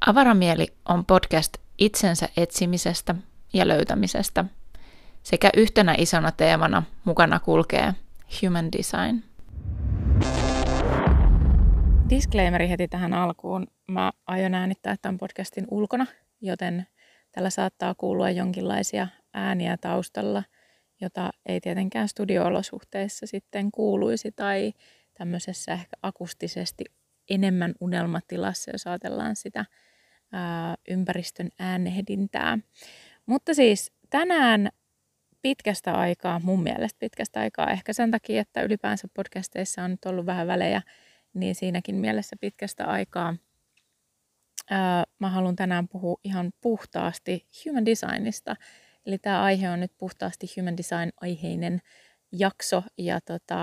Avaramieli on podcast itsensä etsimisestä ja löytämisestä sekä yhtenä isona teemana mukana kulkee human design. Disclaimeri heti tähän alkuun. Mä aion äänittää tämän podcastin ulkona, joten tällä saattaa kuulua jonkinlaisia ääniä taustalla, jota ei tietenkään studio-olosuhteissa sitten kuuluisi tai tämmöisessä ehkä akustisesti enemmän unelmatilassa, jos ajatellaan sitä ympäristön äänehdintää. Mutta siis tänään pitkästä aikaa, mun mielestä pitkästä aikaa, ehkä sen takia, että ylipäänsä podcasteissa on nyt ollut vähän välejä, niin siinäkin mielessä pitkästä aikaa mä haluan tänään puhua ihan puhtaasti human designista. Eli tämä aihe on nyt puhtaasti human design-aiheinen jakso, ja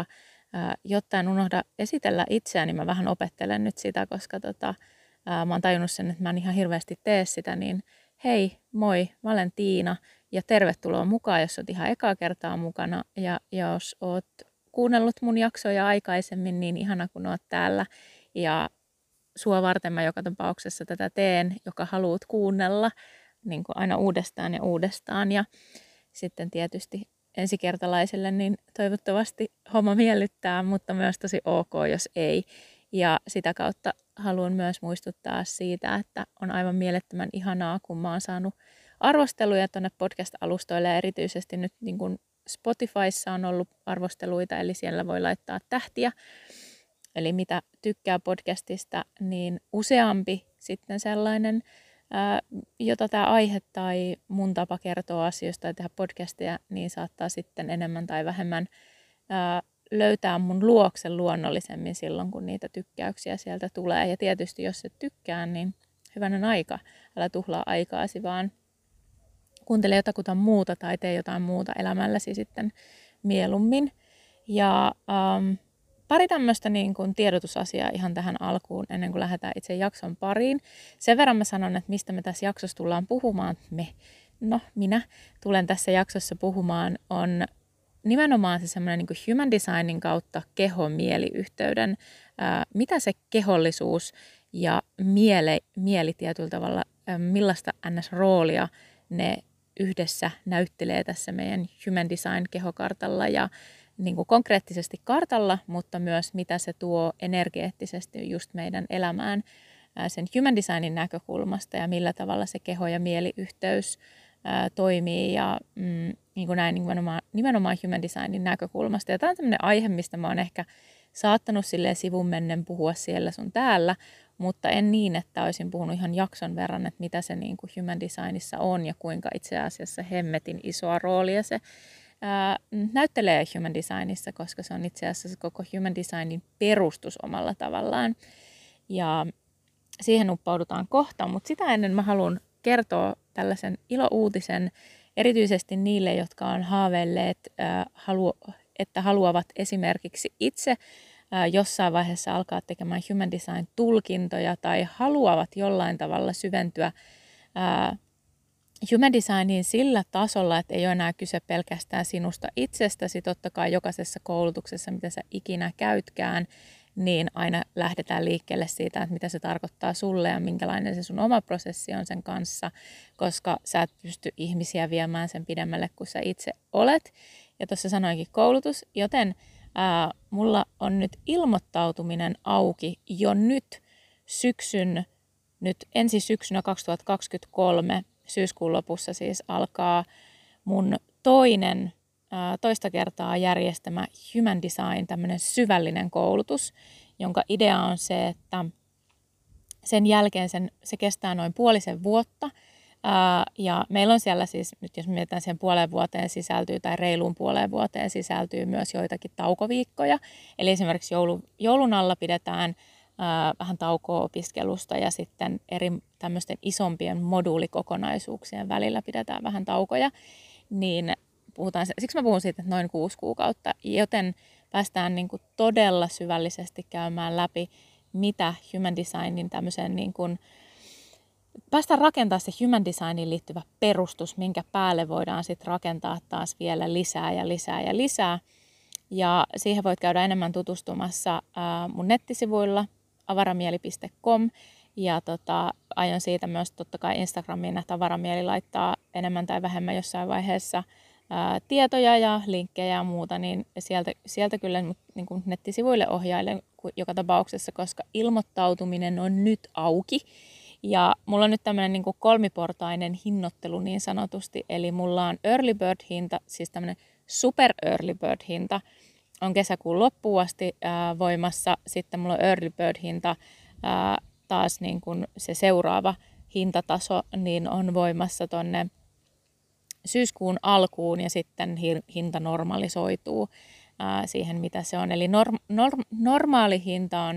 jotta en unohda esitellä itseäni, mä vähän opettelen nyt sitä, koska mä oon tajunnut sen, että mä en ihan hirveästi tee sitä, niin hei, moi, mä olen Tiina, ja tervetuloa mukaan, jos oot ihan ekaa kertaa mukana, ja jos oot kuunnellut mun jaksoja aikaisemmin, niin ihana kun oot täällä, ja sua varten mä joka tapauksessa tätä teen, joka haluat kuunnella, niin kuin aina uudestaan ja uudestaan, ja sitten tietysti ensikertalaiselle, niin toivottavasti homma miellyttää, mutta myös tosi ok, jos ei. Ja sitä kautta haluan myös muistuttaa siitä, että on aivan mielettömän ihanaa, kun mä oon saanut arvosteluja tuonne podcast-alustoille, ja erityisesti nyt niin kuin Spotifyssa on ollut arvosteluita, eli siellä voi laittaa tähtiä. Eli mitä tykkää podcastista, niin useampi sitten sellainen, jota tämä aihe tai mun tapa kertoa asioista ja tehdä podcastia, niin saattaa sitten enemmän tai vähemmän löytää mun luokse luonnollisemmin silloin, kun niitä tykkäyksiä sieltä tulee. Ja tietysti jos et tykkää, niin hyvänen aika. Älä tuhlaa aikaasi, vaan kuuntele jotakuta muuta tai tee jotain muuta elämälläsi sitten mieluummin. Ja pari tämmöistä niin kuin tiedotusasiaa ihan tähän alkuun, ennen kuin lähdetään itse jakson pariin. Sen verran mä sanon, että mistä me tässä jaksossa tullaan puhumaan. Minä tulen tässä jaksossa puhumaan, on nimenomaan se semmoinen niin kuin human designin kautta keho-mieliyhteyden, mitä se kehollisuus ja mieli tietyllä tavalla, millaista ns-roolia ne yhdessä näyttelee tässä meidän human design kehokartalla ja niin kuin konkreettisesti kartalla, mutta myös mitä se tuo energeettisesti just meidän elämään sen human designin näkökulmasta ja millä tavalla se keho- ja mieliyhteys toimii ja niin kuin näin nimenomaan human designin näkökulmasta. Ja tämä on sellainen aihe, mistä mä oon ehkä saattanut silleen sivun mennen puhua siellä sun täällä, mutta en niin, että olisin puhunut ihan jakson verran, että mitä se niin kuin human designissa on ja kuinka itse asiassa hemmetin isoa roolia se näyttelee human designissa, koska se on itse asiassa koko human designin perustus omalla tavallaan. Ja siihen uppoudutaan kohta, mutta sitä ennen mä haluan kertoa tällaisen ilouutisen erityisesti niille, jotka on haaveilleet, että haluavat esimerkiksi itse jossain vaiheessa alkaa tekemään human design tulkintoja tai haluavat jollain tavalla syventyä human designiin sillä tasolla, että ei ole enää kyse pelkästään sinusta itsestäsi. Totta kai jokaisessa koulutuksessa, mitä sä ikinä käytkään, niin aina lähdetään liikkeelle siitä, että mitä se tarkoittaa sulle ja minkälainen se sun oma prosessi on sen kanssa, koska sä et pysty ihmisiä viemään sen pidemmälle kuin sä itse olet. Ja tuossa sanoinkin koulutus, joten mulla on nyt ilmoittautuminen auki jo nyt ensi syksynä 2023, syyskuun lopussa siis alkaa mun toista kertaa järjestämä Human Design, tämmöinen syvällinen koulutus, jonka idea on se, että sen jälkeen se kestää noin puolisen vuotta. Ja meillä on siellä siis, nyt jos mietitään siihen puoleen vuoteen sisältyy tai reiluun puoleen vuoteen sisältyy myös joitakin taukoviikkoja. Eli esimerkiksi joulun alla pidetään vähän taukoa opiskelusta ja sitten eri tämmöisten isompien moduulikokonaisuuksien välillä pidetään vähän taukoja. Niin siksi mä puhun siitä, että noin 6 kuukautta, joten päästään niin kuin todella syvällisesti käymään läpi, mitä human designin tämmöisen niin kuin päästään rakentamaan se human designiin liittyvä perustus, minkä päälle voidaan sitten rakentaa taas vielä lisää ja lisää ja lisää. Ja siihen voit käydä enemmän tutustumassa mun nettisivuilla avaramieli.com Ja aion siitä myös totta kai Instagramiin näitä tavaramieli laittaa enemmän tai vähemmän jossain vaiheessa tietoja ja linkkejä ja muuta, niin sieltä kyllä niin kuin nettisivuille ohjailen joka tapauksessa, koska ilmoittautuminen on nyt auki. Ja mulla on nyt tämmöinen niin kuin kolmiportainen hinnoittelu niin sanotusti, eli mulla on early bird hinta, siis tämmöinen super early bird hinta, on kesäkuun loppuun asti voimassa. Sitten mulla on early bird hinta taas niin kuin se seuraava hintataso, niin on voimassa tonne syyskuun alkuun ja sitten hinta normalisoituu siihen, mitä se on. Eli normaali hinta on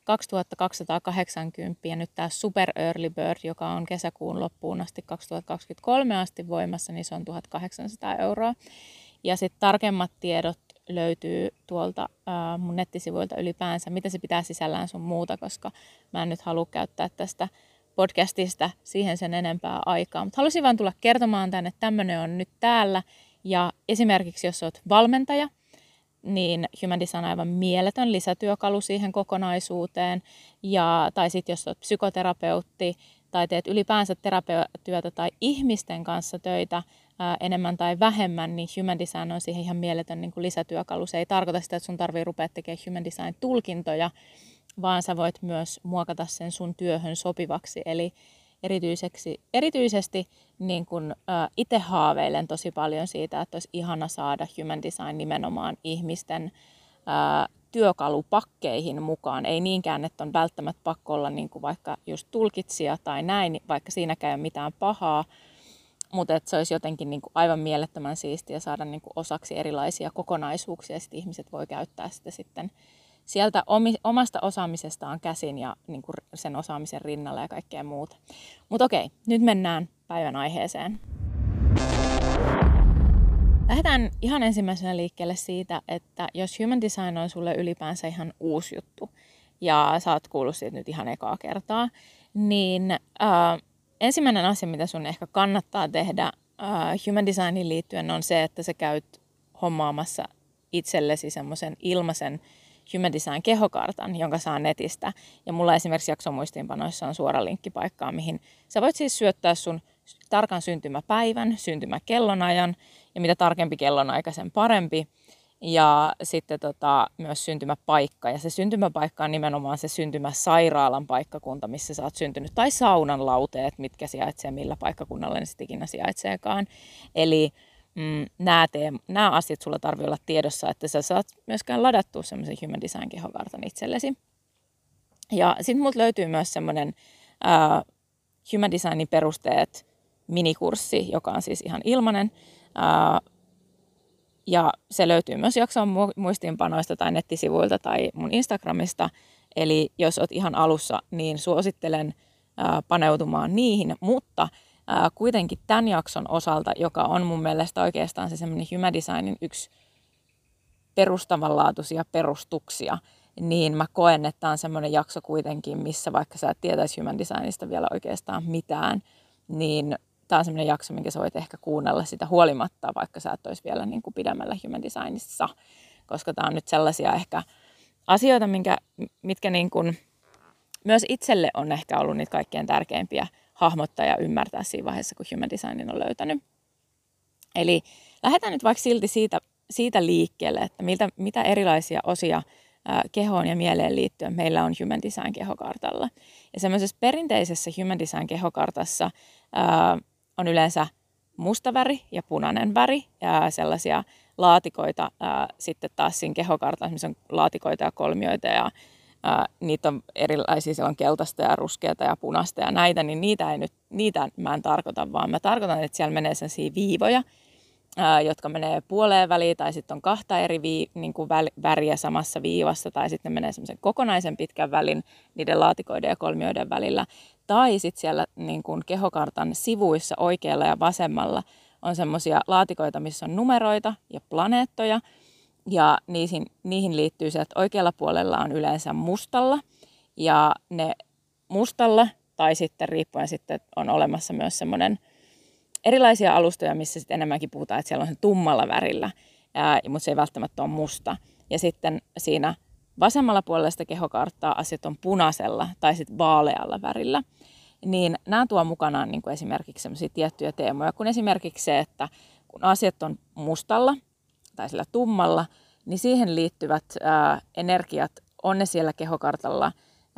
2280 ja nyt tämä Super Early Bird, joka on kesäkuun loppuun asti 2023 asti voimassa, niin se on 1800 €. Ja sitten tarkemmat tiedot löytyy tuolta mun nettisivuilta ylipäänsä, mitä se pitää sisällään sun muuta, koska mä en nyt halua käyttää tästä podcastista siihen sen enempää aikaa. Mutta halusin vaan tulla kertomaan tänne, että tämmöinen on nyt täällä. Ja esimerkiksi jos oot valmentaja, niin Human Design on aivan mieletön lisätyökalu siihen kokonaisuuteen. Tai sitten jos olet psykoterapeutti tai teet ylipäänsä terapiatyötä tai ihmisten kanssa töitä enemmän tai vähemmän, niin Human Design on siihen ihan mieletön niin kuin lisätyökalu. Se ei tarkoita sitä, että sun tarvitsee rupea tekemään Human Design-tulkintoja, vaan sä voit myös muokata sen sun työhön sopivaksi. Eli erityisesti niin kun, itse haaveilen tosi paljon siitä, että olisi ihana saada Human Design nimenomaan ihmisten työkalupakkeihin mukaan. Ei niinkään, että on välttämättä pakko olla niin kuin vaikka just tulkitsija tai näin, vaikka siinäkään ei ole mitään pahaa, mutta että se olisi jotenkin niin kuin aivan mielettömän siistiä saada niin kuin osaksi erilaisia kokonaisuuksia, ja sitten ihmiset voi käyttää sitä sitten sieltä omasta osaamisestaan käsin ja niin kuin sen osaamisen rinnalla ja kaikkea muuta. Mutta okei, nyt mennään päivän aiheeseen. Lähdetään ihan ensimmäisenä liikkeelle siitä, että jos Human Design on sulle ylipäänsä ihan uusi juttu ja sä oot kuullut siitä nyt ihan ekaa kertaa, niin ensimmäinen asia, mitä sun ehkä kannattaa tehdä Human Designiin liittyen on se, että sä käyt hommaamassa itsellesi semmoisen ilmaisen Human Design kehokartan, jonka saa netistä. Ja mulla esimerkiksi jaksomuistiinpanoissa on suora linkki paikkaan, mihin sä voit siis syöttää sun tarkan syntymäpäivän, syntymäkellonajan, ja mitä tarkempi kellonaika, sen parempi. Ja sitten myös syntymäpaikka. Ja se syntymäpaikka on nimenomaan se syntymäsairaalan paikkakunta, missä sä oot syntynyt. Tai saunan lauteet, mitkä sijaitsee, millä paikkakunnalla ne sitten ikinä sijaitseekaan. Eli nämä asiat sulla tarvii olla tiedossa, että sä saat myöskään ladattua semmoisen Human Design-kehokartan itsellesi. Ja sitten multa löytyy myös semmoinen Human Designin perusteet minikurssi, joka on siis ihan ilmainen. Ja se löytyy myös jakson muistiinpanoista tai nettisivuilta tai mun Instagramista. Eli jos oot ihan alussa, niin suosittelen paneutumaan niihin, mutta kuitenkin tämän jakson osalta, joka on mun mielestä oikeastaan se semmoinen Human Designin yksi perustavanlaatuisia perustuksia, niin mä koen, että tämä on semmoinen jakso kuitenkin, missä vaikka sä et tietäisi Human Designista vielä oikeastaan mitään, niin tämä on semmoinen jakso, minkä sä voit ehkä kuunnella sitä huolimatta, vaikka sä et olisi vielä niin kuin pidemmällä Human Designissa, koska tämä on nyt sellaisia ehkä asioita, mitkä niin kuin myös itselle on ehkä ollut niitä kaikkein tärkeimpiä hahmottaa ja ymmärtää siinä vaiheessa, kun Human Designin on löytänyt. Eli lähdetään nyt vaikka silti siitä liikkeelle, että mitä erilaisia osia kehoon ja mieleen liittyen meillä on Human Design-kehokartalla. Ja semmoisessa perinteisessä Human Design-kehokartassa on yleensä musta väri ja punainen väri ja sellaisia laatikoita sitten taas siinä kehokartassa, missä on laatikoita ja kolmioita ja niitä on erilaisia, siellä on keltaista ja ruskeata ja punaista ja näitä, niin niitä mä en tarkoita, vaan mä tarkoitan, että siellä menee sellaisia viivoja, jotka menee puoleen väliin tai sitten on kahta eri niin kuin väriä samassa viivassa tai sitten menee semmoisen kokonaisen pitkän välin niiden laatikoiden ja kolmioiden välillä. Tai sitten siellä niin kuin kehokartan sivuissa oikealla ja vasemmalla on semmoisia laatikoita, missä on numeroita ja planeettoja. Ja niihin liittyy se, että oikealla puolella on yleensä mustalla ja ne mustalla tai sitten riippuen sitten on olemassa myös semmoinen erilaisia alustoja, missä sitten enemmänkin puhutaan, että siellä on se tummalla värillä, mutta se ei välttämättä ole musta. Ja sitten siinä vasemmalla puolella sitä kehokarttaa asiat on punaisella tai sitten vaalealla värillä, niin nämä tuo mukanaan niin kuin esimerkiksi sellaisia tiettyjä teemoja, kun esimerkiksi se, että kun asiat on mustalla tai sillä tummalla, niin siihen liittyvät energiat on ne siellä kehokartalla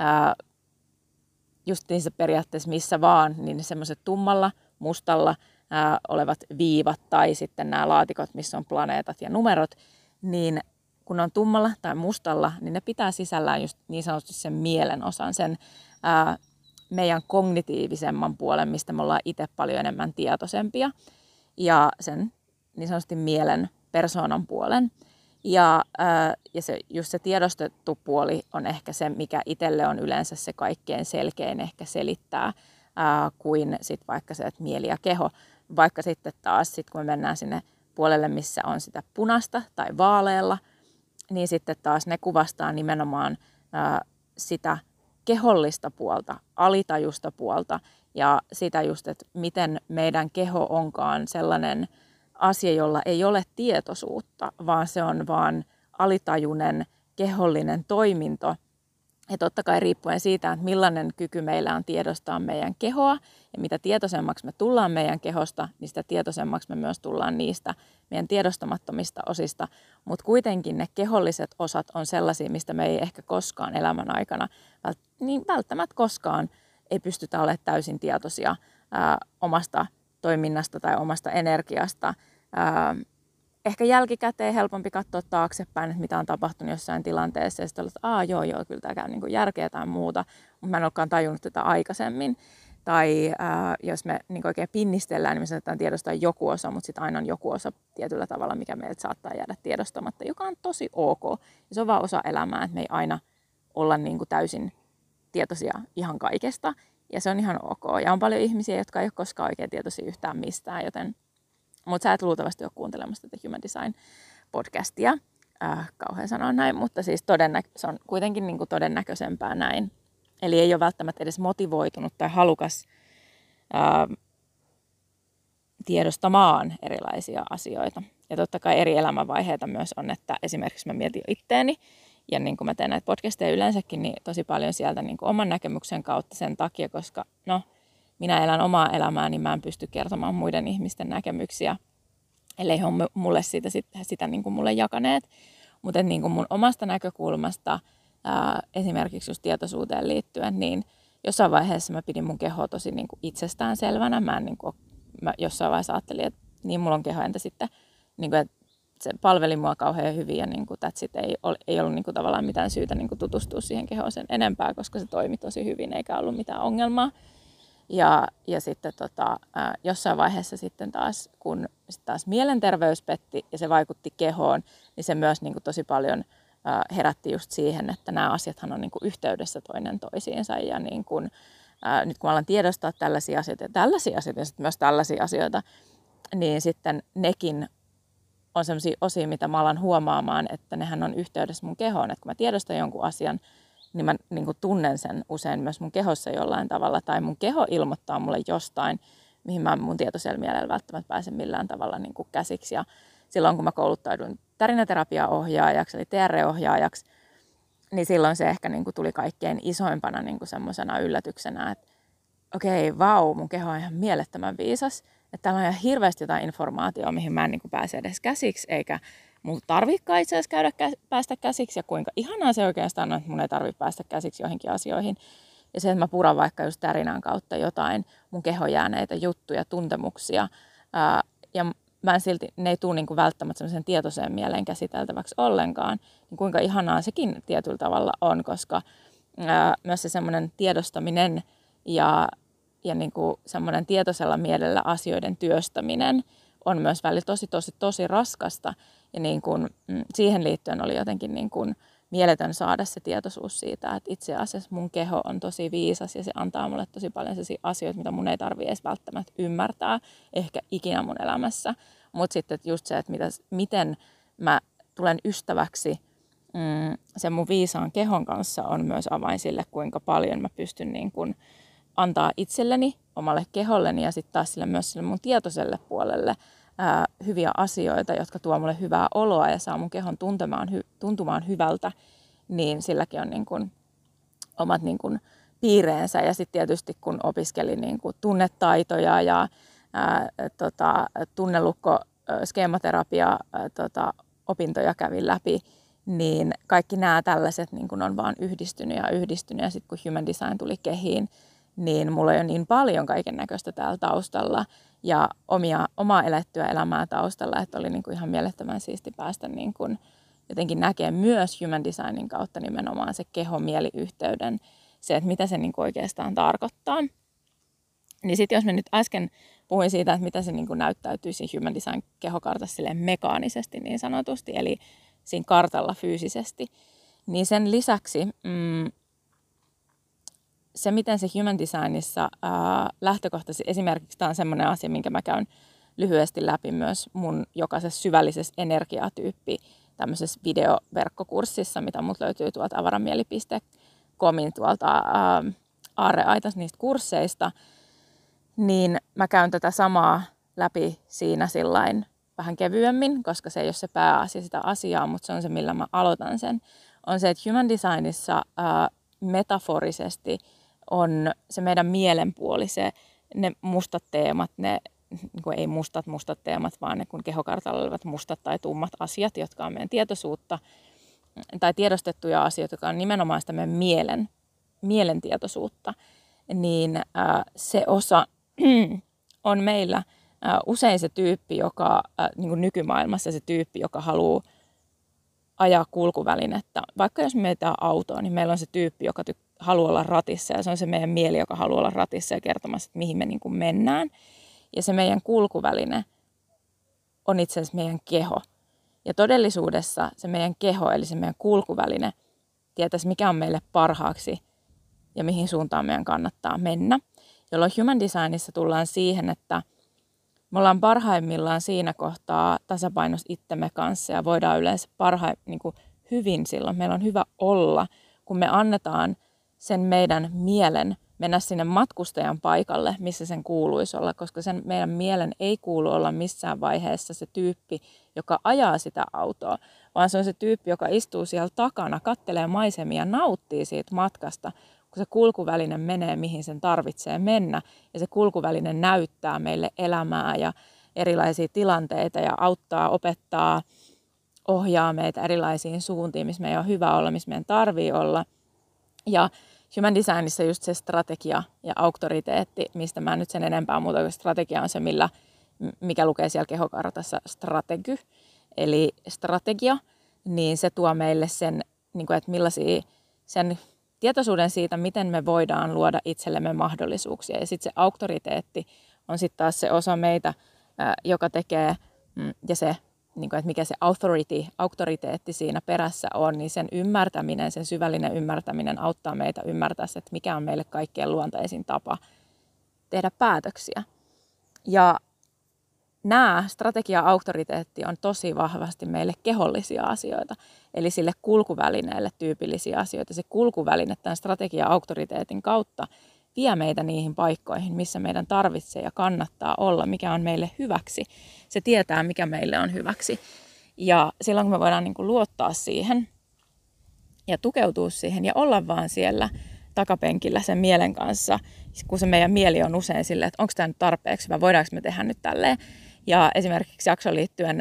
just niissä periaatteessa missä vaan, niin ne semmoiset tummalla, mustalla olevat viivat tai sitten nämä laatikot, missä on planeetat ja numerot, niin kun on tummalla tai mustalla, niin ne pitää sisällään just niin sanotusti sen mielen osan, sen meidän kognitiivisemman puolen, mistä me ollaan itse paljon enemmän tietoisempia, ja sen niin sanotusti mielen persoonan puolen. Ja just se tiedostettu puoli on ehkä se, mikä itselle on yleensä se kaikkein selkein ehkä selittää kuin sit vaikka se, että mieli ja keho. Vaikka sitten taas, kun me mennään sinne puolelle, missä on sitä punaista tai vaaleella, niin sitten taas ne kuvastaa nimenomaan sitä kehollista puolta, alitajusta puolta ja sitä just, että miten meidän keho onkaan sellainen asia, jolla ei ole tietoisuutta, vaan se on vaan alitajuinen kehollinen toiminto. Ja totta kai riippuen siitä, että millainen kyky meillä on tiedostaa meidän kehoa ja mitä tietoisemmaksi me tullaan meidän kehosta, niin sitä tietoisemmaksi me myös tullaan niistä meidän tiedostamattomista osista. Mutta kuitenkin ne keholliset osat on sellaisia, mistä me ei ehkä koskaan elämän aikana, niin välttämättä koskaan ei pystytä olemaan täysin tietoisia omasta toiminnasta tai omasta energiasta. Ehkä jälkikäteen helpompi katsoa taaksepäin, että mitä on tapahtunut jossain tilanteessa ja sitten olla, että joo, kyllä tämä käy niin järkeä tai muuta, mutta mä en olekaan tajunnut tätä aikaisemmin. Tai jos me niin oikein pinnistellään, niin me saatetaan tiedostaa joku osa, mutta sitten aina on joku osa tietyllä tavalla, mikä meiltä saattaa jäädä tiedostamatta, joka on tosi ok. Ja se on vaan osa elämää, että me ei aina olla niin kuin täysin tietoisia ihan kaikesta. Ja se on ihan ok. Ja on paljon ihmisiä, jotka ei ole koskaan oikein tietoisia yhtään mistään, joten mutta sä et luultavasti ole kuuntelemassa tätä Human Design-podcastia. Kauhean sanoa näin, mutta siis se on kuitenkin niin kuin todennäköisempää näin. Eli ei ole välttämättä edes motivoitunut tai halukas tiedostamaan erilaisia asioita. Ja totta kai eri elämänvaiheita myös on, että esimerkiksi mä mietin itteeni, ja niin kuin mä teen näitä podcasteja yleensäkin, niin tosi paljon sieltä niin kuin oman näkemyksen kautta sen takia, koska minä elän omaa elämää, niin mä en pysty kertomaan muiden ihmisten näkemyksiä, ellei he ole mulle sitä niin kuin mulle jakaneet. Mutta niin kuin mun omasta näkökulmasta, esimerkiksi just tietoisuuteen liittyen, niin jossain vaiheessa mä pidin mun kehoa tosi niin kuin itsestäänselvänä. Mä jossain vaiheessa ajattelin, että niin mulla on keho, entä sitten, niin kuin, että se palveli mua kauhean hyvin ja niin kuin, ei ollut niin kuin, tavallaan mitään syytä niin kuin, tutustua siihen kehoon sen enempää, koska se toimi tosi hyvin eikä ollut mitään ongelmaa. Ja sitten jossain vaiheessa sitten taas, kun taas mielenterveys petti ja se vaikutti kehoon, niin se myös niin kuin tosi paljon herätti just siihen, että nämä asiathan on niin kuin yhteydessä toinen toisiinsa. Ja niin kuin, nyt kun mä alan tiedostaa tällaisia asioita ja sitten myös tällaisia asioita, niin sitten nekin on sellaisia osia, mitä mä alan huomaamaan, että nehän on yhteydessä mun kehoon. Että kun mä tiedostan jonkun asian, niin mä niin kuin tunnen sen usein myös mun kehossa jollain tavalla, tai mun keho ilmoittaa mulle jostain, mihin mä mun tietoisella mielellä välttämättä pääsen millään tavalla niin kuin käsiksi. Ja silloin kun mä kouluttauduin tarinaterapiaohjaajaksi, eli TR-ohjaajaksi, niin silloin se ehkä niin kuin tuli kaikkein isoimpana niin kuin semmoisena yllätyksenä, että okei, vau, mun keho on ihan mielettömän viisas, että täällä on ihan hirveästi jotain informaatiota, mihin mä en niin kuin pääse edes käsiksi, eikä mun tarvitsekaan itse asiassa päästä käsiksi, ja kuinka ihanaa se oikeastaan on, että mun ei tarvitse päästä käsiksi joihinkin asioihin. Ja se, että mä puran vaikka just tarinan kautta jotain mun kehon jääneitä juttuja, tuntemuksia, ja mä en silti, ne ei tule niin kuin välttämättä semmoisen tietoiseen mieleen käsiteltäväksi ollenkaan, niin kuinka ihanaa sekin tietyllä tavalla on, koska myös se semmoinen tiedostaminen ja niin kuin semmoinen tietoisella mielellä asioiden työstäminen on myös välillä tosi raskasta. Ja niin kuin, siihen liittyen oli jotenkin niin kuin mieletön saada se tietoisuus siitä, että itse asiassa mun keho on tosi viisas ja se antaa mulle tosi paljon sellaisia asioita, mitä mun ei tarvitse edes välttämättä ymmärtää ehkä ikinä mun elämässä. Mutta sitten just se, että miten mä tulen ystäväksi sen mun viisaan kehon kanssa on myös avain sille, kuinka paljon mä pystyn niin kuin antaa itselleni, omalle keholleni ja sitten taas myös sille mun tietoiselle puolelle hyviä asioita, jotka tuo mulle hyvää oloa ja saa mun kehon tuntumaan hyvältä. niin silläkin on niin kuin omat niin kuin piireensä. Ja sitten tietysti kun opiskelin niin kuin tunnetaitoja ja tunnelukko skeematerapia opintoja kävin läpi, niin kaikki nämä tällaiset niin kun on vaan yhdistynyt. Ja sitten kun Human Design tuli kehiin, niin mulla on jo niin paljon kaiken näköistä täällä taustalla ja omaa elettyä elämää taustalla, että oli niin kuin ihan mielettömän siisti päästä niin kuin jotenkin näkee myös Human Designin kautta nimenomaan se keho-mieli-yhteyden, se, että mitä se niin kuin oikeastaan tarkoittaa. Niin sitten jos me nyt äsken puhuin siitä, että mitä se niin kuin näyttäytyisi Human Design kehokartassa silleen mekaanisesti niin sanotusti, eli siinä kartalla fyysisesti, niin sen lisäksi se, miten se Human Designissa lähtökohtaisesti, esimerkiksi tämä on semmoinen asia, minkä mä käyn lyhyesti läpi myös mun jokaisessa syvällisessä energiatyyppi tämmöisessä videoverkkokurssissa, mitä mut löytyy tuolta avaramieli.comin tuolta aarreaitas niistä kursseista, niin mä käyn tätä samaa läpi siinä sillain vähän kevyemmin, koska se ei ole se pääasia sitä asiaa, mutta se on se, millä mä aloitan sen. On se, että Human Designissa metaforisesti on se meidän mielenpuoli, ne mustat teemat, ne ei mustat teemat, vaan ne kun kehokartalla olevat mustat tai tummat asiat, jotka on meidän tietoisuutta, tai tiedostettuja asioita, jotka on nimenomaan sitä meidän mielen tietoisuutta, niin se osa on meillä usein se tyyppi, joka niin kuin nykymaailmassa se tyyppi, joka haluaa ajaa kulkuvälinettä. Vaikka jos me mietitään autoa, niin meillä on se tyyppi, joka haluaa olla ratissa, ja se on se meidän mieli, joka haluaa olla ratissa ja kertomassa, että mihin me niin kuin mennään. Ja se meidän kulkuväline on itse asiassa meidän keho. Ja todellisuudessa se meidän keho, eli se meidän kulkuväline, tietäisi mikä on meille parhaaksi ja mihin suuntaan meidän kannattaa mennä. Jolloin Human Designissa tullaan siihen, että me ollaan parhaimmillaan siinä kohtaa tasapainossa itsemme kanssa ja voidaan yleensä niin kuin hyvin silloin. Meillä on hyvä olla, kun me annetaan sen meidän mielen mennä sinne matkustajan paikalle, missä sen kuuluisi olla, koska sen meidän mielen ei kuulu olla missään vaiheessa se tyyppi, joka ajaa sitä autoa, vaan se on se tyyppi, joka istuu siellä takana, kattelee maisemia ja nauttii siitä matkasta, kun se kulkuväline menee, mihin sen tarvitsee mennä, ja se kulkuväline näyttää meille elämää ja erilaisia tilanteita ja auttaa, opettaa, ohjaa meitä erilaisiin suuntiin, missä meidän on hyvä olla, missä meidän tarvii olla. Ja Human Designissa just se strategia ja auktoriteetti, mistä mä nyt sen enempää muuta, kun strategia on se, mikä lukee siellä kehokartassa strategy, eli strategia, niin se tuo meille sen, että millaisia sen tietoisuuden siitä, miten me voidaan luoda itsellemme mahdollisuuksia. Ja sitten se auktoriteetti on sitten taas se osa meitä, joka tekee, ja se, että mikä se auktoriteetti siinä perässä on, niin sen ymmärtäminen, sen syvällinen ymmärtäminen auttaa meitä ymmärtää, että mikä on meille kaikkein luontaisin tapa tehdä päätöksiä. Ja nämä strategia-auktoriteetti on tosi vahvasti meille kehollisia asioita, eli sille kulkuvälineelle tyypillisiä asioita. Se kulkuväline tämän strategia-auktoriteetin kautta vie meitä niihin paikkoihin, missä meidän tarvitsee ja kannattaa olla, mikä on meille hyväksi. Se tietää, mikä meille on hyväksi. Ja silloin, kun me voidaan niin kuin luottaa siihen ja tukeutua siihen ja olla vaan siellä takapenkillä sen mielen kanssa, kun se meidän mieli on usein silleen, että onko tämä nyt tarpeeksi hyvä, voidaanko me tehdä nyt tälleen. Ja esimerkiksi jaksoon liittyen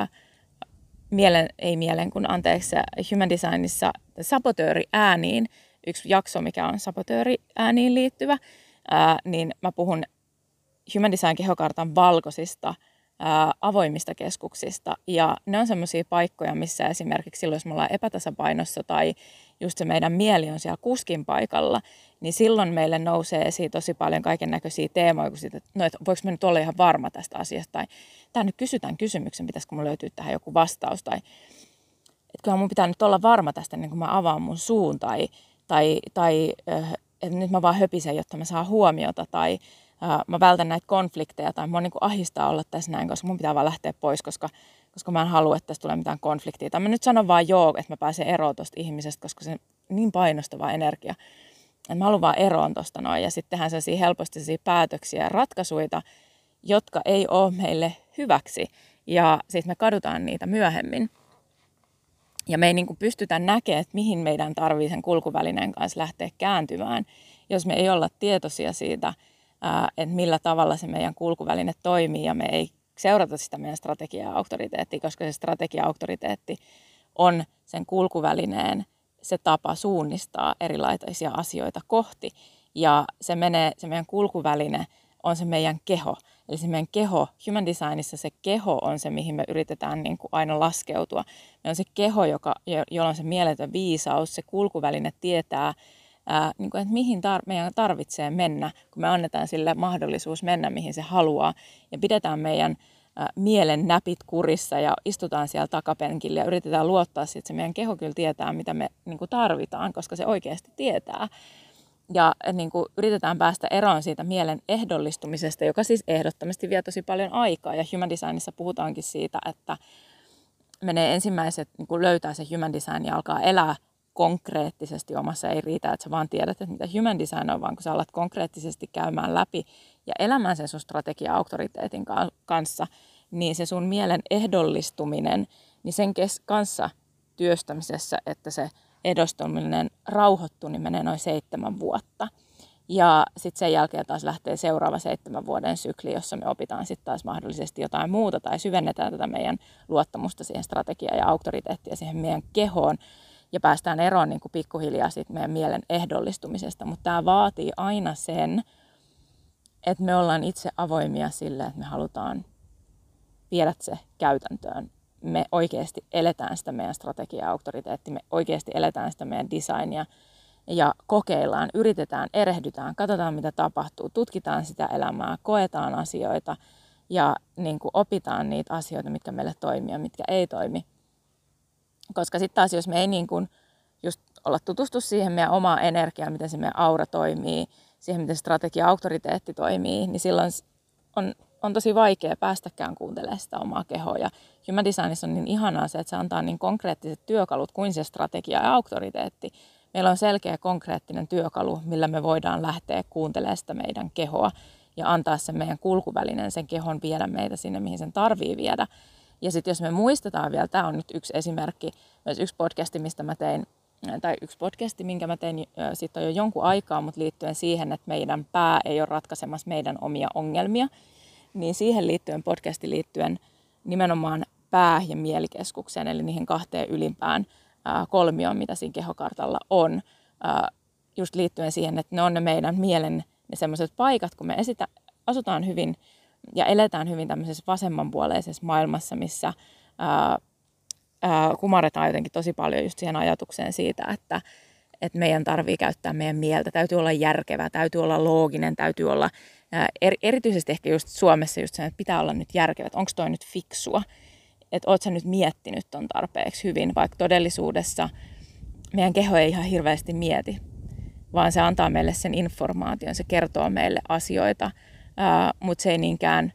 Human Designissa sabotööriääniin, yksi jakso, mikä on sabotööriääniin liittyvä, niin mä puhun Human Design kehokartan valkoisista avoimista keskuksista. Ja ne on semmoisia paikkoja, missä esimerkiksi silloin, jos me ollaan epätasapainossa tai just se meidän mieli on siellä kuskin paikalla, niin silloin meille nousee esiin tosi paljon kaiken näköisiä teemoja, kun siitä, että voiko mä nyt olla ihan varma tästä asiasta, tai tämä nyt kysytään kysymyksen, pitäisikö mun löytyä tähän joku vastaus, tai että kyllähän mun pitää nyt olla varma tästä, niin kun mä avaan mun suun, tai että nyt mä vaan höpisen, jotta mä saan huomiota, tai mä vältän näitä konflikteja, tai mua niin kuin ahdistaa olla tässä näin, koska mun pitää vaan lähteä pois, koska mä en halua, että tässä tulee mitään konfliktia. Tai mä nyt sanon vaan joo, että mä pääsen eroon tuosta ihmisestä, koska se on niin painostava energia. Että mä haluan vaan eroon tuosta noin. Ja sitten tehdään sellaisia helposti sellaisia päätöksiä ja ratkaisuja, jotka ei ole meille hyväksi. Ja sitten me kadutaan niitä myöhemmin. Ja me ei niin kuin pystytä näkemään, että mihin meidän tarvii sen kulkuvälineen kanssa lähteä kääntymään, jos me ei olla tietoisia siitä, että millä tavalla se meidän kulkuväline toimii ja me ei seurata sitä meidän strategia-auktoriteettia, koska se strategia-auktoriteetti on sen kulkuvälineen se tapa suunnistaa erilaisia asioita kohti. Ja se meidän kulkuväline on se meidän keho. Eli se meidän keho, human designissa se keho on se, mihin me yritetään niin kuin aina laskeutua. Me on se keho, jolla on se mieletön viisaus, se kulkuväline tietää, niin kuin, että mihin meidän tarvitsee mennä, kun me annetaan sille mahdollisuus mennä, mihin se haluaa. Ja pidetään meidän mielen näpit kurissa ja istutaan siellä takapenkillä ja yritetään luottaa siihen, että se meidän keho kyllä tietää, mitä me niin kuin tarvitaan, koska se oikeasti tietää. Ja niin kuin yritetään päästä eroon siitä mielen ehdollistumisesta, joka siis ehdottomasti vie tosi paljon aikaa. Ja human designissa puhutaankin siitä, että menee ensimmäiset, niin kuin löytää se human design ja alkaa elää konkreettisesti omassa. Ei riitä, että sä vaan tiedät, että mitä human design on, vaan kun sä alat konkreettisesti käymään läpi ja elämään sen sun strategia-auktoriteetin kanssa, niin se sun mielen ehdollistuminen, niin sen kanssa työstämisessä, että se ehdollistuminen rauhoittuu, niin menee noin 7 vuotta. Ja sitten sen jälkeen taas lähtee seuraava 7 vuoden sykli, jossa me opitaan sitten taas mahdollisesti jotain muuta tai syvennetään tätä meidän luottamusta siihen strategiaan ja auktoriteettiin siihen meidän kehoon ja päästään eroon niin kuin pikkuhiljaa siitä meidän mielen ehdollistumisesta. Mutta tämä vaatii aina sen, että me ollaan itse avoimia sille, että me halutaan viedä se käytäntöön. Me oikeasti eletään sitä meidän strategiaa, auktoriteettia, me oikeasti eletään sitä meidän designia ja kokeillaan, yritetään, erehdytään, katsotaan mitä tapahtuu, tutkitaan sitä elämää, koetaan asioita ja niin kuin opitaan niitä asioita, mitkä meille toimii ja mitkä ei toimi. Koska sitten taas, jos me ei niin kuin just olla tutustu siihen meidän omaa energiaan, miten se meidän aura toimii, siihen miten strategia, auktoriteetti toimii, niin silloin on tosi vaikea päästäkään kuuntelemaan sitä omaa kehoa. Ja human designissa on niin ihanaa se, että se antaa niin konkreettiset työkalut kuin se strategia ja auktoriteetti. Meillä on selkeä konkreettinen työkalu, millä me voidaan lähteä kuuntelemaan sitä meidän kehoa ja antaa sen meidän kulkuvälineen, sen kehon viedä meitä sinne, mihin sen tarvii viedä. Ja sitten jos me muistetaan vielä, tämä on nyt yksi esimerkki, myös yksi podcasti, minkä mä tein sitten jo jonkun aikaa, mutta liittyen siihen, että meidän pää ei ole ratkaisemassa meidän omia ongelmia, niin siihen liittyen podcasti liittyen nimenomaan pää- ja mielikeskukseen, eli niihin 2 ylimpään kolmioon, mitä siinä kehokartalla on, just liittyen siihen, että ne on ne meidän mielen ne sellaiset paikat, kun me asutaan hyvin ja eletään hyvin tämmöisessä vasemmanpuoleisessa maailmassa, missä kumarretaan jotenkin tosi paljon just siihen ajatukseen siitä, että meidän tarvii käyttää meidän mieltä, täytyy olla järkevä, täytyy olla looginen, täytyy olla erityisesti ehkä just Suomessa just sen, että pitää olla nyt järkevä, että onko toi nyt fiksua, että oot sä nyt miettinyt ton tarpeeksi hyvin, vaikka todellisuudessa meidän keho ei ihan hirveästi mieti, vaan se antaa meille sen informaation, se kertoo meille asioita, mutta se ei niinkään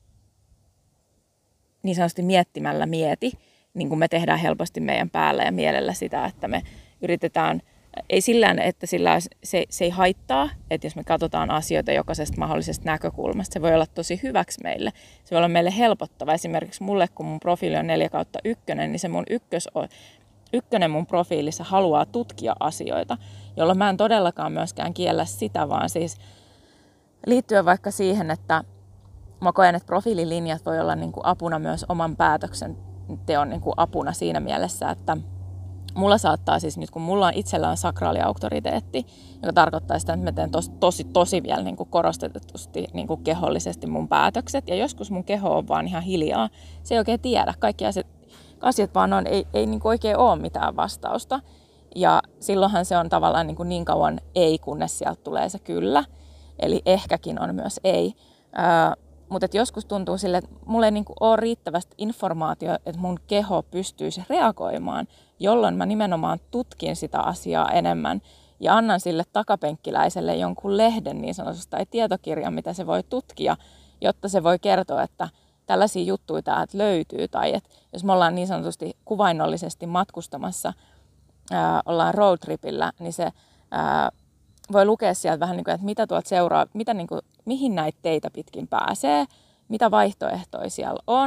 niin sanotusti miettimällä mieti, niin kuin me tehdään helposti meidän päällä ja mielellä sitä, että me yritetään, ei sillään, että se ei haittaa, että jos me katsotaan asioita jokaisesta mahdollisesta näkökulmasta, se voi olla tosi hyväksi meille. Se voi olla meille helpottava. Esimerkiksi mulle, kun mun profiili on 4/1, niin se mun ykkönen mun profiilissa haluaa tutkia asioita, jolloin mä en todellakaan myöskään kiellä sitä, vaan siis liittyen vaikka siihen, että mä koen, että profiililinjat voi olla niin kuin apuna myös oman päätöksenteon niin kuin apuna siinä mielessä, että mulla saattaa siis nyt, kun mulla on itsellään sakraaliauktoriteetti, joka tarkoittaa sitä, että mä teen tosi vielä niin kuin korostetusti niin kuin kehollisesti mun päätökset. Ja joskus mun keho on vaan ihan hiljaa. Se ei oikein tiedä. Kaikki asiat vaan on, ei niin kuin oikein ole mitään vastausta. Ja silloinhan se on tavallaan niin kauan ei, kunnes sieltä tulee se kyllä. Eli ehkäkin on myös ei. Mutta joskus tuntuu sille, että mulla ei niinku ole riittävästi informaatiota, että mun keho pystyisi reagoimaan, jolloin mä nimenomaan tutkin sitä asiaa enemmän ja annan sille takapenkkiläiselle jonkun lehden niin sanotusti tai tietokirjan, mitä se voi tutkia, jotta se voi kertoa, että tällaisia juttuja täältä löytyy. Tai että jos me ollaan niin sanotusti kuvainnollisesti matkustamassa, ollaan roadtripillä, niin se voi lukea sieltä vähän niin kuin, että mitä tuolta seuraa, mihin näitä teitä pitkin pääsee, mitä vaihtoehtoja siellä on.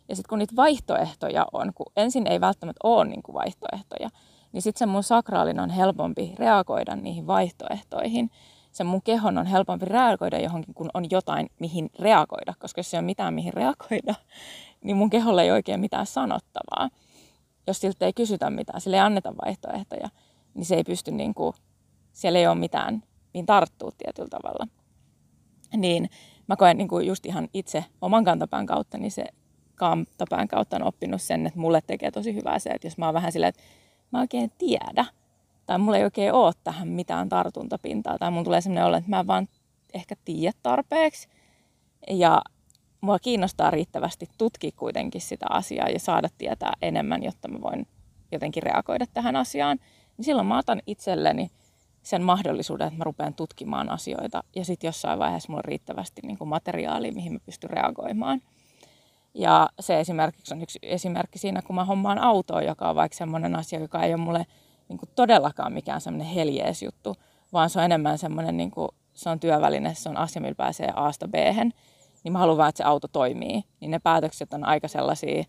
Ja sitten kun niitä vaihtoehtoja on, kun ensin ei välttämättä ole niin kuin vaihtoehtoja, niin sitten se mun sakraalin on helpompi reagoida niihin vaihtoehtoihin. Se mun kehon on helpompi reagoida johonkin, kun on jotain, mihin reagoida. Koska jos ei ole mitään, mihin reagoida, niin mun keholla ei oikein mitään sanottavaa. Jos siltä ei kysytä mitään, sille ei anneta vaihtoehtoja, niin se ei pysty, niin kuin, siellä ei ole mitään, mihin tarttuu tietyllä tavalla. Niin mä koen niin kuin just ihan itse oman kantapään kautta, niin se kantapään kautta on oppinut sen, että mulle tekee tosi hyvää se, että jos mä oon vähän silleen, että mä oikein tiedä, tai mulla ei oikein ole tähän mitään tartuntapintaa, tai mulla tulee sellainen olo, että mä en vaan ehkä tiedä tarpeeksi, ja mua kiinnostaa riittävästi tutkia kuitenkin sitä asiaa ja saada tietää enemmän, jotta mä voin jotenkin reagoida tähän asiaan, niin silloin mä otan itselleni sen mahdollisuuden, että mä rupean tutkimaan asioita, ja sitten jossain vaiheessa mulla on riittävästi niin kuin materiaalia, mihin mä pystyn reagoimaan. Ja se esimerkiksi on yksi esimerkki siinä, kun mä hommaan autoa, joka on vaikka semmoinen asia, joka ei ole mulle niin kuin todellakaan mikään semmoinen heljees juttu, vaan se on enemmän semmoinen, niin kuin, se on työväline, se on asia, millä pääsee A:sta B:hen, niin mä haluan vaan, että se auto toimii. Niin ne päätökset on aika sellaisia,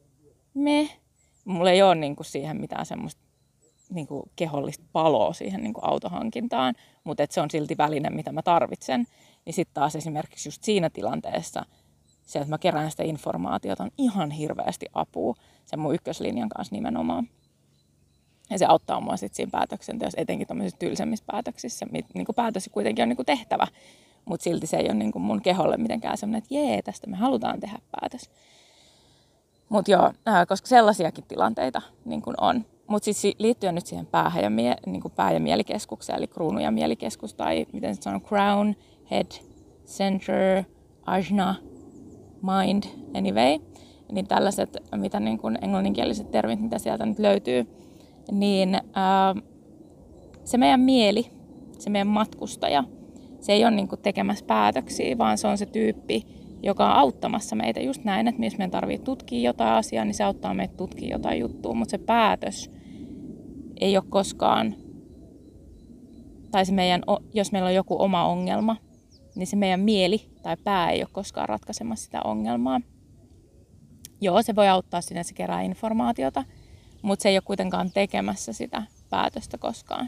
mulla ei ole niin kuin siihen mitään semmoista niin kuin kehollista paloa siihen niin kuin autohankintaan, mutta se on silti väline, mitä mä tarvitsen. Niin sitten taas esimerkiksi just siinä tilanteessa, se, että mä kerään sitä informaatiota, on ihan hirveästi apua sen mun ykköslinjan kanssa nimenomaan. Ja se auttaa mua sitten siinä päätöksenteossa, etenkin tämmöisissä tylsemmissä päätöksissä. Niin kuin päätös kuitenkin on niin kuin tehtävä, mutta silti se ei ole niin kuin mun keholle mitenkään semmoinen, että jee, tästä me halutaan tehdä päätös. Mutta joo, koska sellaisiakin tilanteita niin kuin on. Mutta siis liittyen nyt siihen niin kuin pää- ja mielikeskukseen, eli kruunu- ja mielikeskus, tai miten se sanoo, crown, head, center, ajna, mind, anyway, niin tällaiset, mitä niin kuin englanninkieliset termit, mitä sieltä nyt löytyy, niin se meidän mieli, se meidän matkustaja, se ei ole niin kuin tekemässä päätöksiä, vaan se on se tyyppi, joka on auttamassa meitä just näin, että jos meidän tarvitsee tutkia jotain asiaa, niin se auttaa meitä tutkia jotain juttua, mutta se päätös ei ole koskaan, tai se meidän, jos meillä on joku oma ongelma, niin se meidän mieli tai pää ei ole koskaan ratkaisemassa sitä ongelmaa. Joo, se voi auttaa siinä, että se kerää informaatiota, mutta se ei ole kuitenkaan tekemässä sitä päätöstä koskaan.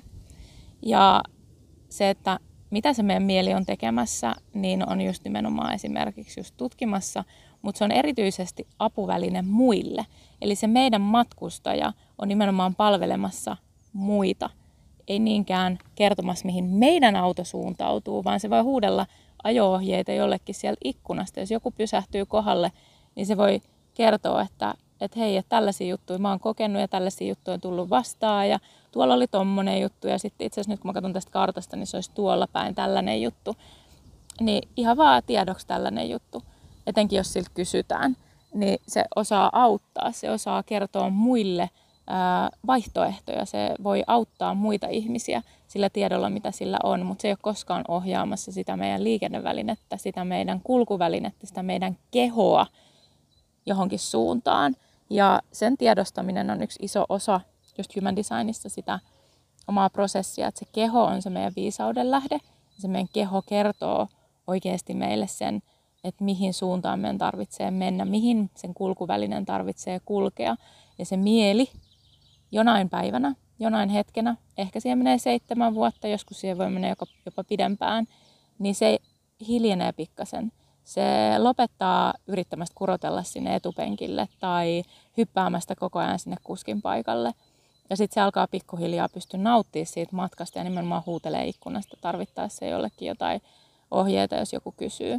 Ja se, että mitä se meidän mieli on tekemässä, niin on just nimenomaan esimerkiksi just tutkimassa, mutta se on erityisesti apuväline muille. Eli se meidän matkustaja on nimenomaan palvelemassa muita. Ei niinkään kertomassa, mihin meidän auto suuntautuu, vaan se voi huudella ajo-ohjeita jollekin sieltä ikkunasta. Jos joku pysähtyy kohdalle, niin se voi kertoa, että hei, että tällaisia juttuja mä oon kokenut ja tällaisia juttuja on tullut vastaan ja tuolla oli tommonen juttu ja sitten itse asiassa nyt kun mä katson tästä kartasta, niin se olisi tuolla päin tällainen juttu. Niin ihan vaan tiedoksi tällainen juttu, etenkin jos siltä kysytään, niin se osaa auttaa, se osaa kertoa muille vaihtoehtoja, se voi auttaa muita ihmisiä sillä tiedolla, mitä sillä on, mutta se ei ole koskaan ohjaamassa sitä meidän liikennevälinettä, sitä meidän kulkuvälinettä, sitä meidän kehoa johonkin suuntaan. Ja sen tiedostaminen on yksi iso osa just human designissa sitä omaa prosessia, että se keho on se meidän viisauden lähde. Se meidän keho kertoo oikeasti meille sen, että mihin suuntaan meidän tarvitsee mennä, mihin sen kulkuvälineen tarvitsee kulkea. Ja se mieli jonain päivänä, jonain hetkenä, ehkä siihen menee 7 vuotta, joskus siihen voi mennä jopa pidempään, niin se hiljenee pikkasen. Se lopettaa yrittämästä kurotella sinne etupenkille tai hyppäämästä koko ajan sinne kuskin paikalle. Ja sitten se alkaa pikkuhiljaa pystyä nauttimaan siitä matkasta ja nimenomaan huutelee ikkunasta tarvittaessa jollekin jotain ohjeita, jos joku kysyy.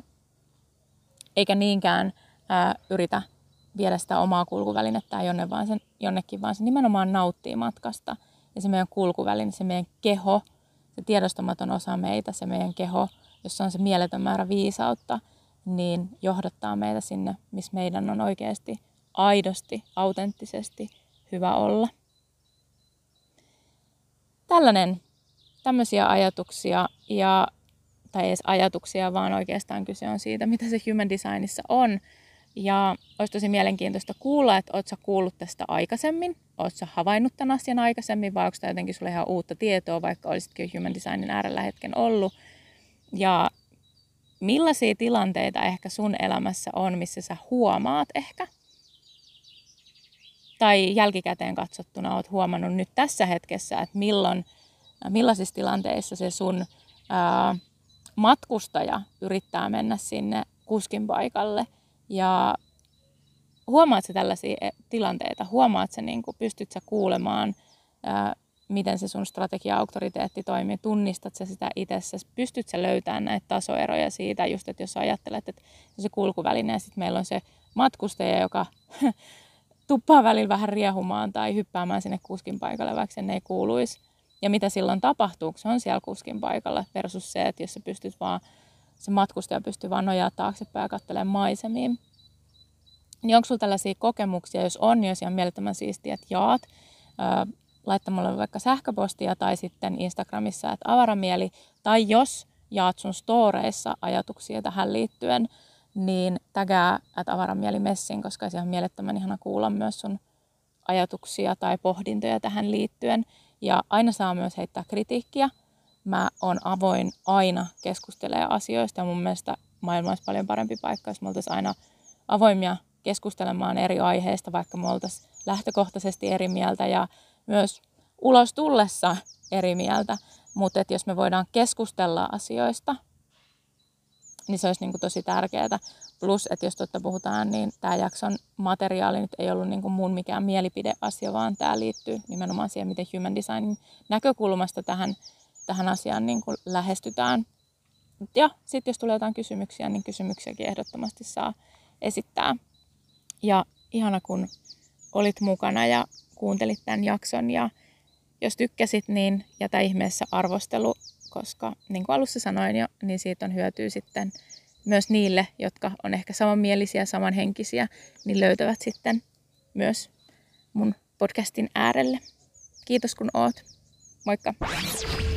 Eikä niinkään yritä viedä sitä omaa kulkuvälinettään jonnekin, vaan se nimenomaan nauttii matkasta. Ja se meidän kulkuväline, se meidän keho, se tiedostamaton osa meitä, se meidän keho, jossa on se mieletön määrä viisautta, niin johdattaa meitä sinne, missä meidän on oikeasti aidosti, autenttisesti hyvä olla. Tämmöisiä ajatuksia, tai ei edes ajatuksia, vaan oikeastaan kyse on siitä, mitä se human designissa on. Ja olisi tosi mielenkiintoista kuulla, että ootko sä kuullut tästä aikaisemmin, ootko sä havainnut tämän asian aikaisemmin, vai onko tämä jotenkin sulle ihan uutta tietoa, vaikka olisitkin human designin äärellä hetken ollut. Ja millaisia tilanteita ehkä sun elämässä on, missä sä huomaat ehkä, tai jälkikäteen katsottuna olet huomannut nyt tässä hetkessä, että millaisissa tilanteissa se sun matkustaja yrittää mennä sinne kuskin paikalle. Ja huomaat sä tällaisia tilanteita? Huomaat sä, niin kuin, pystyt sä kuulemaan, miten se sun strategia-auktoriteetti toimii? Tunnistat sä sitä itsessä? Pystyt sä löytämään näitä tasoeroja siitä, just että jos ajattelet, että se kulkuväline ja sitten meillä on se matkustaja, joka tuppaa välillä vähän riehumaan tai hyppäämään sinne kuskin paikalle, vaikka sen ei kuuluisi. Ja mitä silloin tapahtuu, kun se on siellä kuskin paikalla versus se, että jos sä pystyt vaan, se matkustaja pystyy vaan nojaa taaksepäin ja katselemaan maisemiin. Niin onko sulla tällaisia kokemuksia? Jos on, niin olisi ihan mielettömän siistiä, että jaat. Laittaa mulle vaikka sähköpostia tai sitten Instagramissa, että avaramieli. Tai jos jaat sun storeissa ajatuksia tähän liittyen, niin tägää @avaramielimessin, koska se on mielettömän ihana kuulla myös sun ajatuksia tai pohdintoja tähän liittyen. Ja aina saa myös heittää kritiikkiä. Mä oon avoin aina keskustelemaan asioista ja mun mielestä maailma olisi paljon parempi paikka, jos me oltaisiin aina avoimia keskustelemaan eri aiheista, vaikka me oltaisiin lähtökohtaisesti eri mieltä ja myös ulos tullessa eri mieltä. Mutta jos me voidaan keskustella asioista, niin se olisi niin kuin tosi tärkeää. Plus, että jos totta puhutaan, niin tämä jakson materiaali nyt ei ollut niin kuin mun mikään mielipideasia, vaan tämä liittyy nimenomaan siihen, miten human designin näkökulmasta tähän asiaan niin kuin lähestytään. Ja sitten jos tulee jotain kysymyksiä, niin kysymyksiäkin ehdottomasti saa esittää. Ja ihana, kun olit mukana ja kuuntelit tämän jakson. Ja jos tykkäsit, niin jätä ihmeessä arvostelu, koska niin kuin alussa sanoin jo, niin siitä on hyötyä sitten myös niille, jotka on ehkä samanmielisiä, samanhenkisiä, niin löytävät sitten myös mun podcastin äärelle. Kiitos kun oot. Moikka!